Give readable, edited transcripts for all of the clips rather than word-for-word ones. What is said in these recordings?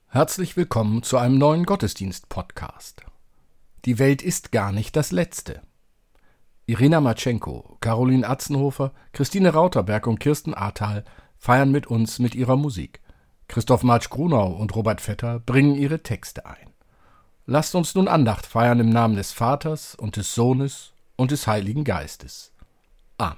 Herzlich willkommen zu einem neuen Gottesdienst-Podcast. Die Welt ist gar nicht das Letzte. Irina Matschenko, Caroline Atzenhofer, Christine Rauterberg und Kirsten Ahrtal feiern mit uns mit ihrer Musik. Christoph Marsch-Grunau und Robert Vetter bringen ihre Texte ein. Lasst uns nun Andacht feiern im Namen des Vaters und des Sohnes und des Heiligen Geistes. Amen.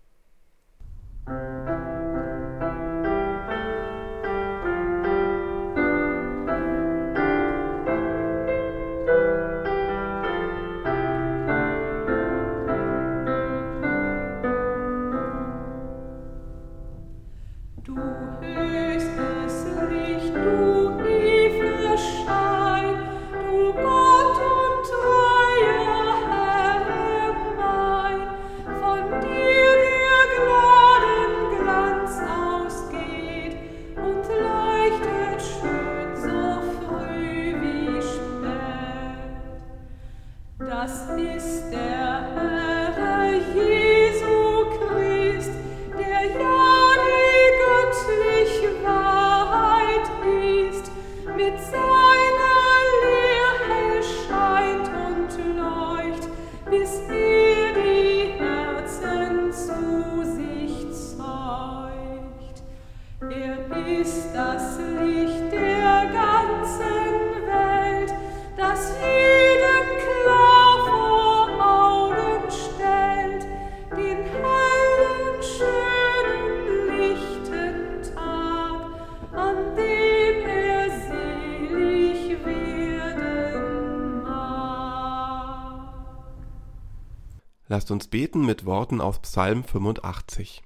Lasst uns beten mit Worten aus Psalm 85.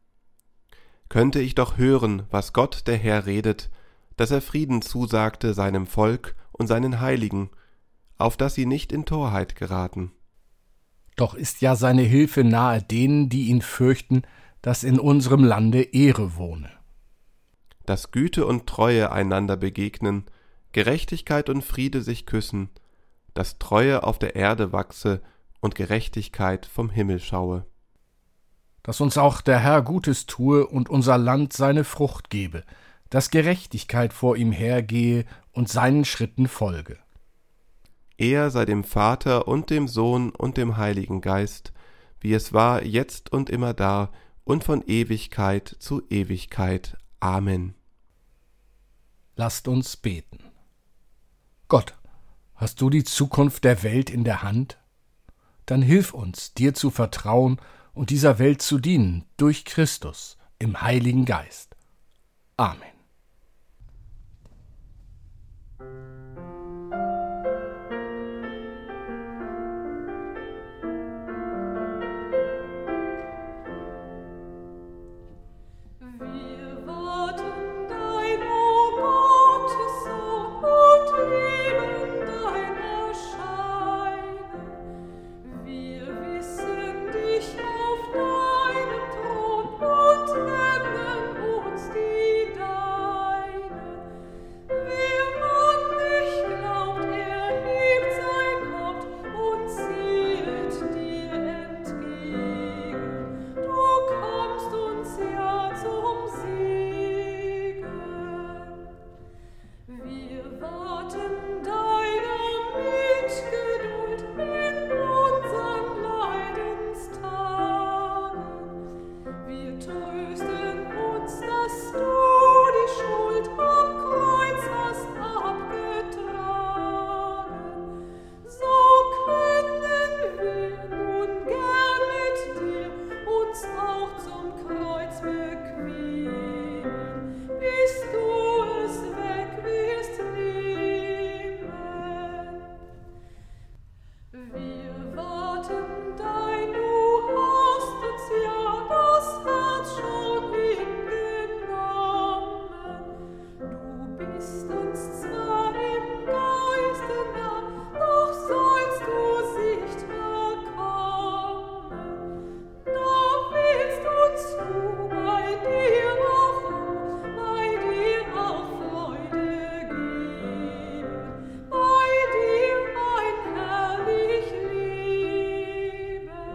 Könnte ich doch hören, was Gott der Herr redet, dass er Frieden zusagte seinem Volk und seinen Heiligen, auf dass sie nicht in Torheit geraten. Doch ist ja seine Hilfe nahe denen, die ihn fürchten, dass in unserem Lande Ehre wohne. Dass Güte und Treue einander begegnen, Gerechtigkeit und Friede sich küssen, dass Treue auf der Erde wachse und Gerechtigkeit vom Himmel schaue. Dass uns auch der Herr Gutes tue und unser Land seine Frucht gebe, dass Gerechtigkeit vor ihm hergehe und seinen Schritten folge. Er sei dem Vater und dem Sohn und dem Heiligen Geist, wie es war, jetzt und immer da und von Ewigkeit zu Ewigkeit. Amen. Lasst uns beten. Gott, hast du die Zukunft der Welt in der Hand? Dann hilf uns, dir zu vertrauen und dieser Welt zu dienen, durch Christus im Heiligen Geist. Amen.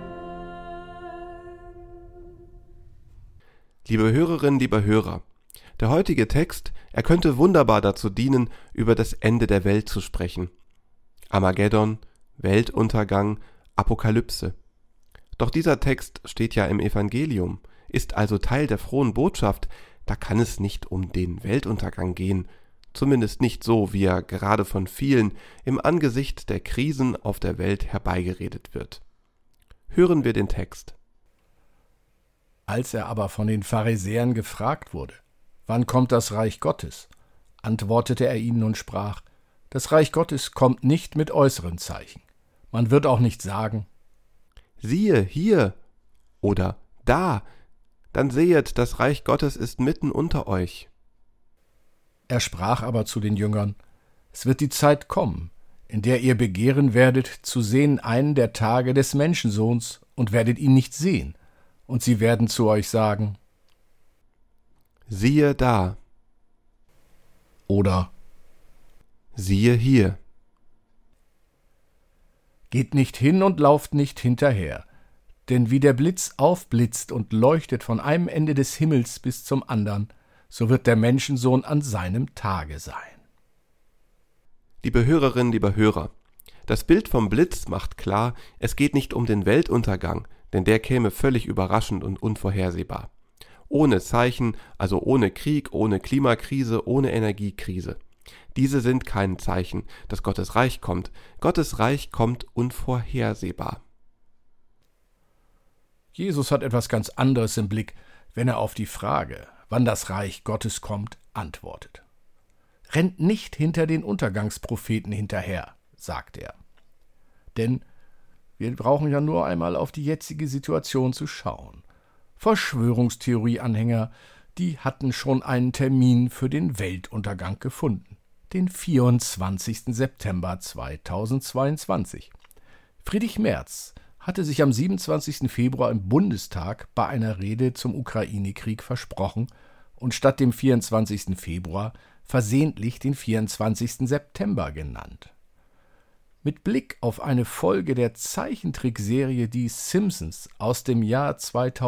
Liebe Hörerinnen, lieber Hörer, Der heutige Text, er könnte wunderbar dazu dienen, über das Ende der Welt zu sprechen. Armageddon, Weltuntergang, Apokalypse. Doch dieser Text steht ja im Evangelium, ist also Teil der frohen Botschaft, da kann es nicht um den Weltuntergang gehen, zumindest nicht so, wie er gerade von vielen im Angesicht der Krisen auf der Welt herbeigeredet wird. Hören wir den Text. Als er aber von den Pharisäern gefragt wurde, wann kommt das Reich Gottes, antwortete er ihnen und sprach, das Reich Gottes kommt nicht mit äußeren Zeichen. Man wird auch nicht sagen, siehe hier oder da, dann sehet, das Reich Gottes ist mitten unter euch. Er sprach aber zu den Jüngern, es wird die Zeit kommen, in der ihr begehren werdet, zu sehen einen der Tage des Menschensohns und werdet ihn nicht sehen, und sie werden zu euch sagen, siehe da oder siehe hier. Geht nicht hin und lauft nicht hinterher, denn wie der Blitz aufblitzt und leuchtet von einem Ende des Himmels bis zum andern, so wird der Menschensohn an seinem Tage sein. Liebe Hörerinnen, lieber Hörer, das Bild vom Blitz macht klar, es geht nicht um den Weltuntergang, denn der käme völlig überraschend und unvorhersehbar. Ohne Zeichen, also ohne Krieg, ohne Klimakrise, ohne Energiekrise. Diese sind kein Zeichen, dass Gottes Reich kommt. Gottes Reich kommt unvorhersehbar. Jesus hat etwas ganz anderes im Blick, wenn er auf die Frage, wann das Reich Gottes kommt, antwortet. Rennt nicht hinter den Untergangspropheten hinterher, sagt er. Denn wir brauchen ja nur einmal auf die jetzige Situation zu schauen. Verschwörungstheorie-Anhänger, die hatten schon einen Termin für den Weltuntergang gefunden, den 24. September 2022. Friedrich Merz hatte sich am 27. Februar im Bundestag bei einer Rede zum Ukraine-Krieg versprochen und statt dem 24. Februar versehentlich den 24. September genannt. Mit Blick auf eine Folge der Zeichentrickserie Die Simpsons aus dem Jahr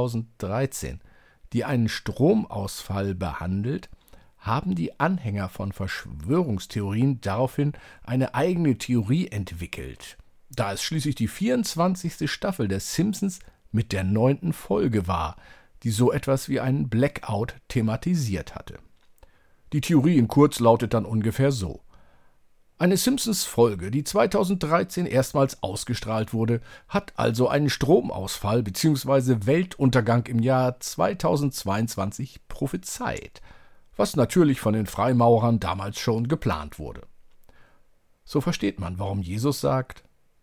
2013, die einen Stromausfall behandelt, haben die Anhänger von Verschwörungstheorien daraufhin eine eigene Theorie entwickelt, da es schließlich die 24. Staffel der Simpsons mit der 9. Folge war, die so etwas wie einen Blackout thematisiert hatte. Die Theorie in kurz lautet dann ungefähr so: Eine Simpsons-Folge, die 2013 erstmals ausgestrahlt wurde, hat also einen Stromausfall bzw. Weltuntergang im Jahr 2022 prophezeit, was natürlich von den Freimaurern damals schon geplant wurde. So versteht man, warum Jesus sagt: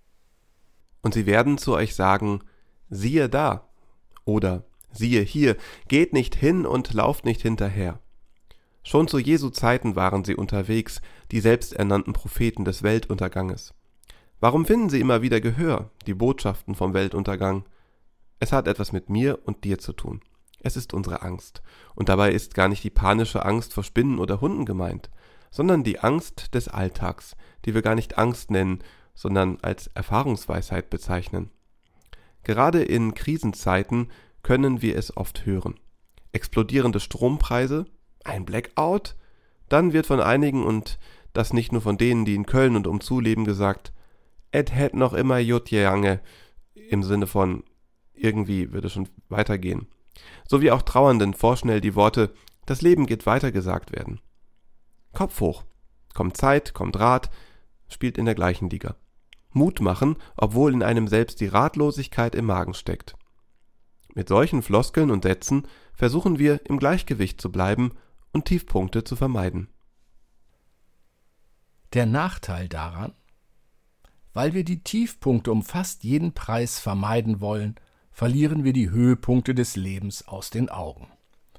Und sie werden zu euch sagen, siehe da oder siehe hier, geht nicht hin und lauft nicht hinterher. Schon zu Jesu Zeiten waren sie unterwegs, die selbsternannten Propheten des Weltunterganges. Warum finden sie immer wieder Gehör, die Botschaften vom Weltuntergang? Es hat etwas mit mir und dir zu tun. Es ist unsere Angst. Und dabei ist gar nicht die panische Angst vor Spinnen oder Hunden gemeint, sondern die Angst des Alltags, die wir gar nicht Angst nennen, sondern als Erfahrungsweisheit bezeichnen. Gerade in Krisenzeiten können wir es oft hören. Explodierende Strompreise, ein Blackout, dann wird von einigen, und das nicht nur von denen, die in Köln und umzu leben, gesagt, et hätt noch immer jut jange, im Sinne von, irgendwie würde es schon weitergehen. So wie auch Trauernden vorschnell die Worte, das Leben geht weiter gesagt werden. Kopf hoch, kommt Zeit, kommt Rat, spielt in der gleichen Liga. Mut machen, obwohl in einem selbst die Ratlosigkeit im Magen steckt. Mit solchen Floskeln und Sätzen versuchen wir, im Gleichgewicht zu bleiben und Tiefpunkte zu vermeiden. Der Nachteil daran: Weil wir die Tiefpunkte um fast jeden Preis vermeiden wollen, verlieren wir die Höhepunkte des Lebens aus den Augen.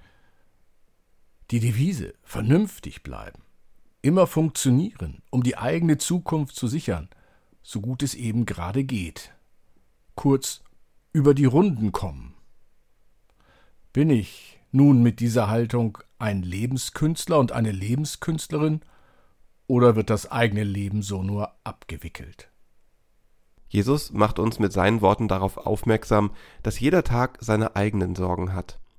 Die Devise vernünftig bleiben, immer funktionieren, um die eigene Zukunft zu sichern, so gut es eben gerade geht. Kurz, über die Runden kommen. Bin ich nun mit dieser Haltung ein Lebenskünstler und eine Lebenskünstlerin, oder wird das eigene Leben so nur abgewickelt? Jesus macht uns mit seinen Worten darauf aufmerksam, dass jeder Tag seine eigenen Sorgen hat.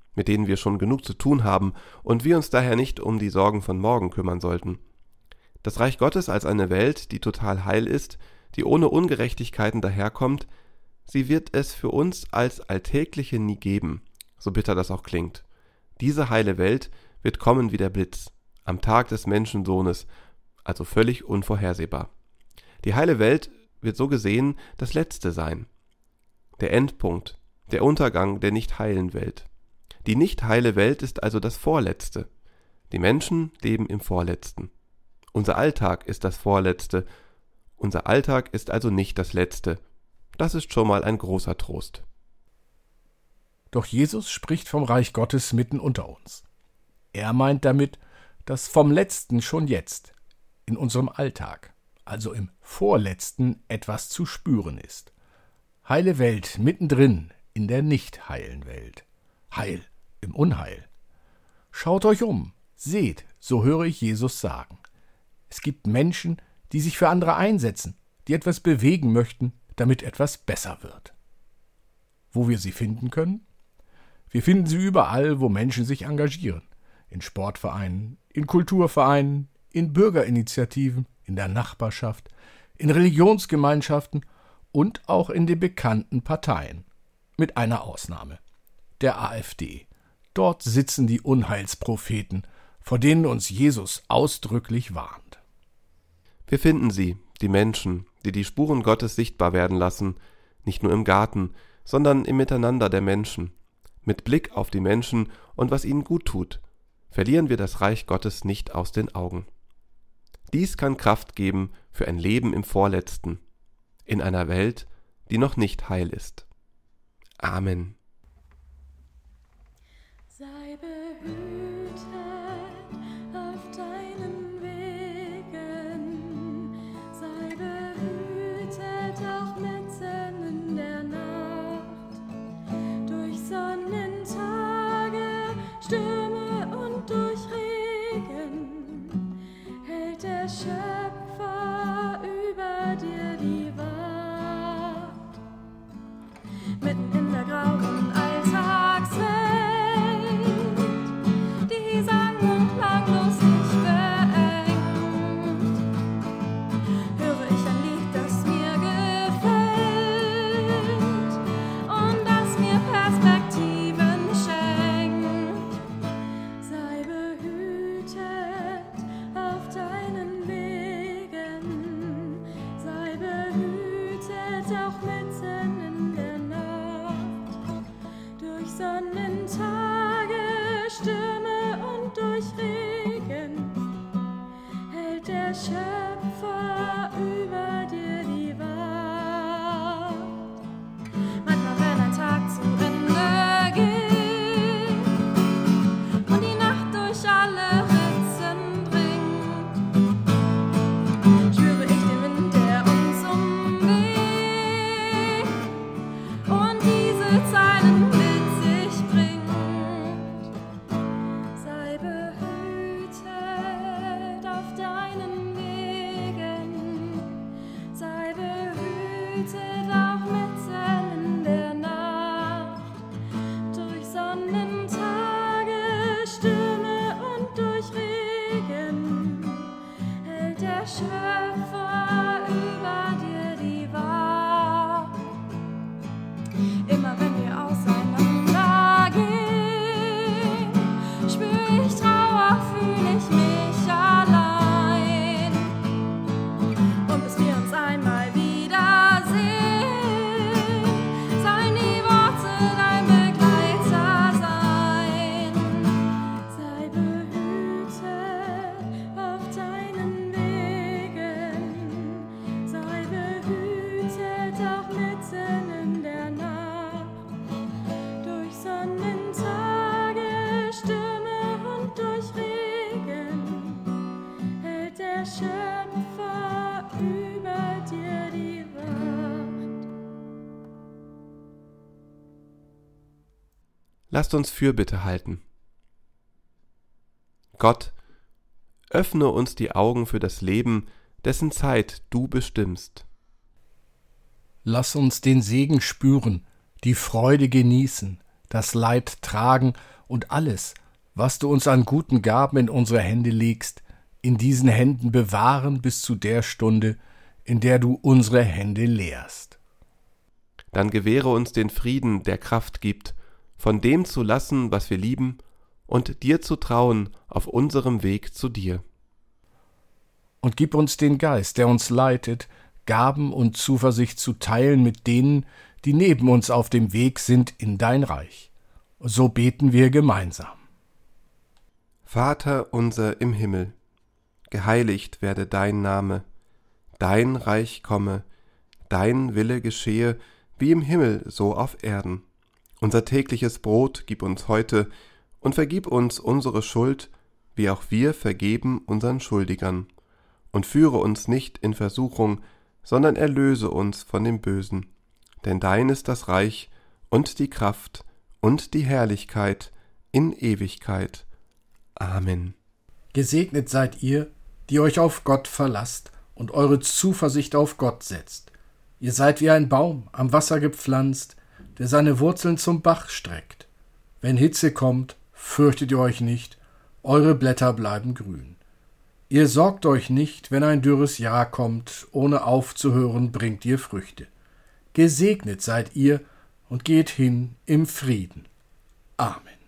mit denen wir schon genug zu tun haben und wir uns daher nicht um die Sorgen von morgen kümmern sollten. Das Reich Gottes als eine Welt, die total heil ist, die ohne Ungerechtigkeiten daherkommt, sie wird es für uns als alltägliche nie geben, so bitter das auch klingt. Diese heile Welt wird kommen wie der Blitz, am Tag des Menschensohnes, also völlig unvorhersehbar. Die heile Welt wird so gesehen das Letzte sein. Der Endpunkt, der Untergang der nicht heilen Welt. Die nicht heile Welt ist also das Vorletzte. Die Menschen leben im Vorletzten. Unser Alltag ist das Vorletzte. Unser Alltag ist also nicht das Letzte. Das ist schon mal ein großer Trost. Doch Jesus spricht vom Reich Gottes mitten unter uns. Er meint damit, dass vom Letzten schon jetzt, in unserem Alltag, also im Vorletzten, etwas zu spüren ist. Heile Welt mittendrin in der nicht heilen Welt. Heil im Unheil. Schaut euch um, seht, so höre ich Jesus sagen. Es gibt Menschen, die sich für andere einsetzen, die etwas bewegen möchten, damit etwas besser wird. Wo wir sie finden können? Wir finden sie überall, wo Menschen sich engagieren. In Sportvereinen, in Kulturvereinen, in Bürgerinitiativen, in der Nachbarschaft, in Religionsgemeinschaften und auch in den bekannten Parteien. Mit einer Ausnahme: der AfD. Dort sitzen die Unheilspropheten, vor denen uns Jesus ausdrücklich warnt. Wir finden sie, die Menschen, die die Spuren Gottes sichtbar werden lassen, nicht nur im Garten, sondern im Miteinander der Menschen. Mit Blick auf die Menschen und was ihnen gut tut, verlieren wir das Reich Gottes nicht aus den Augen. Dies kann Kraft geben für ein Leben im Vorletzten, in einer Welt, die noch nicht heil ist. Amen. Sei behütet auf deinen Wegen, sei behütet auch mitten in der Nacht, durch Sonnentage, Stürme und durch Regen, hält der Schöpfer über dir die Wacht. Mitten in der grauen Alltagswelt, die sang- und klanglos dich beengt, höre ich ein Lied, das mir gefällt und das mir Perspektiven schenkt. Sei behütet auf deinen Wegen, sei behütet auch mitten in der Nacht, durch Sonnentage, Stürme und durch Regen, hält der Schöpfer über dir die Wacht. Manchmal, wenn ein Tag zu Ende geht und die Nacht durch alle Ritzen dringt, spüre ich den Wind, der uns umweht und diese Zeilen mit sich bringt. Sei behütet auf deinen Wegen, sei behütet auch mitten in der Nacht, durch Sonnentage, Stürme und durch Regen, hält der Schöpfer über dir die Wacht. Immer wenn wir auseinandergehen, spür ich Trauer, fühl ich mich allein. Und bis wir uns einmal wiedersehen, sollen die Worte dein Begleiter sein. Sei behütet auf deinen Wegen, sei behütet auch mitten in der Nacht, durch Sonnentage, Stürme und durch Regen, hält der Schöpfer über dir die Wacht. Lasst uns Fürbitte halten. Gott, öffne uns die Augen für das Leben, dessen Zeit du bestimmst. Lass uns den Segen spüren, die Freude genießen, das Leid tragen und alles, was du uns an guten Gaben in unsere Hände legst, in diesen Händen bewahren bis zu der Stunde, in der du unsere Hände lehrst. Dann gewähre uns den Frieden, der Kraft gibt, von dem zu lassen, was wir lieben, und dir zu trauen auf unserem Weg zu dir. Und gib uns den Geist, der uns leitet, Gaben und Zuversicht zu teilen mit denen, die neben uns auf dem Weg sind in dein Reich. So beten wir gemeinsam. Vater unser im Himmel, geheiligt werde dein Name, dein Reich komme, dein Wille geschehe, wie im Himmel so auf Erden. Unser tägliches Brot gib uns heute und vergib uns unsere Schuld, wie auch wir vergeben unseren Schuldigern. Und führe uns nicht in Versuchung, sondern erlöse uns von dem Bösen. Denn dein ist das Reich und die Kraft und die Herrlichkeit in Ewigkeit. Amen. Gesegnet seid ihr, die euch auf Gott verlasst und eure Zuversicht auf Gott setzt. Ihr seid wie ein Baum am Wasser gepflanzt, der seine Wurzeln zum Bach streckt. Wenn Hitze kommt, fürchtet ihr euch nicht, eure Blätter bleiben grün. Ihr sorgt euch nicht, wenn ein dürres Jahr kommt, ohne aufzuhören bringt ihr Früchte. Gesegnet seid ihr und geht hin im Frieden. Amen.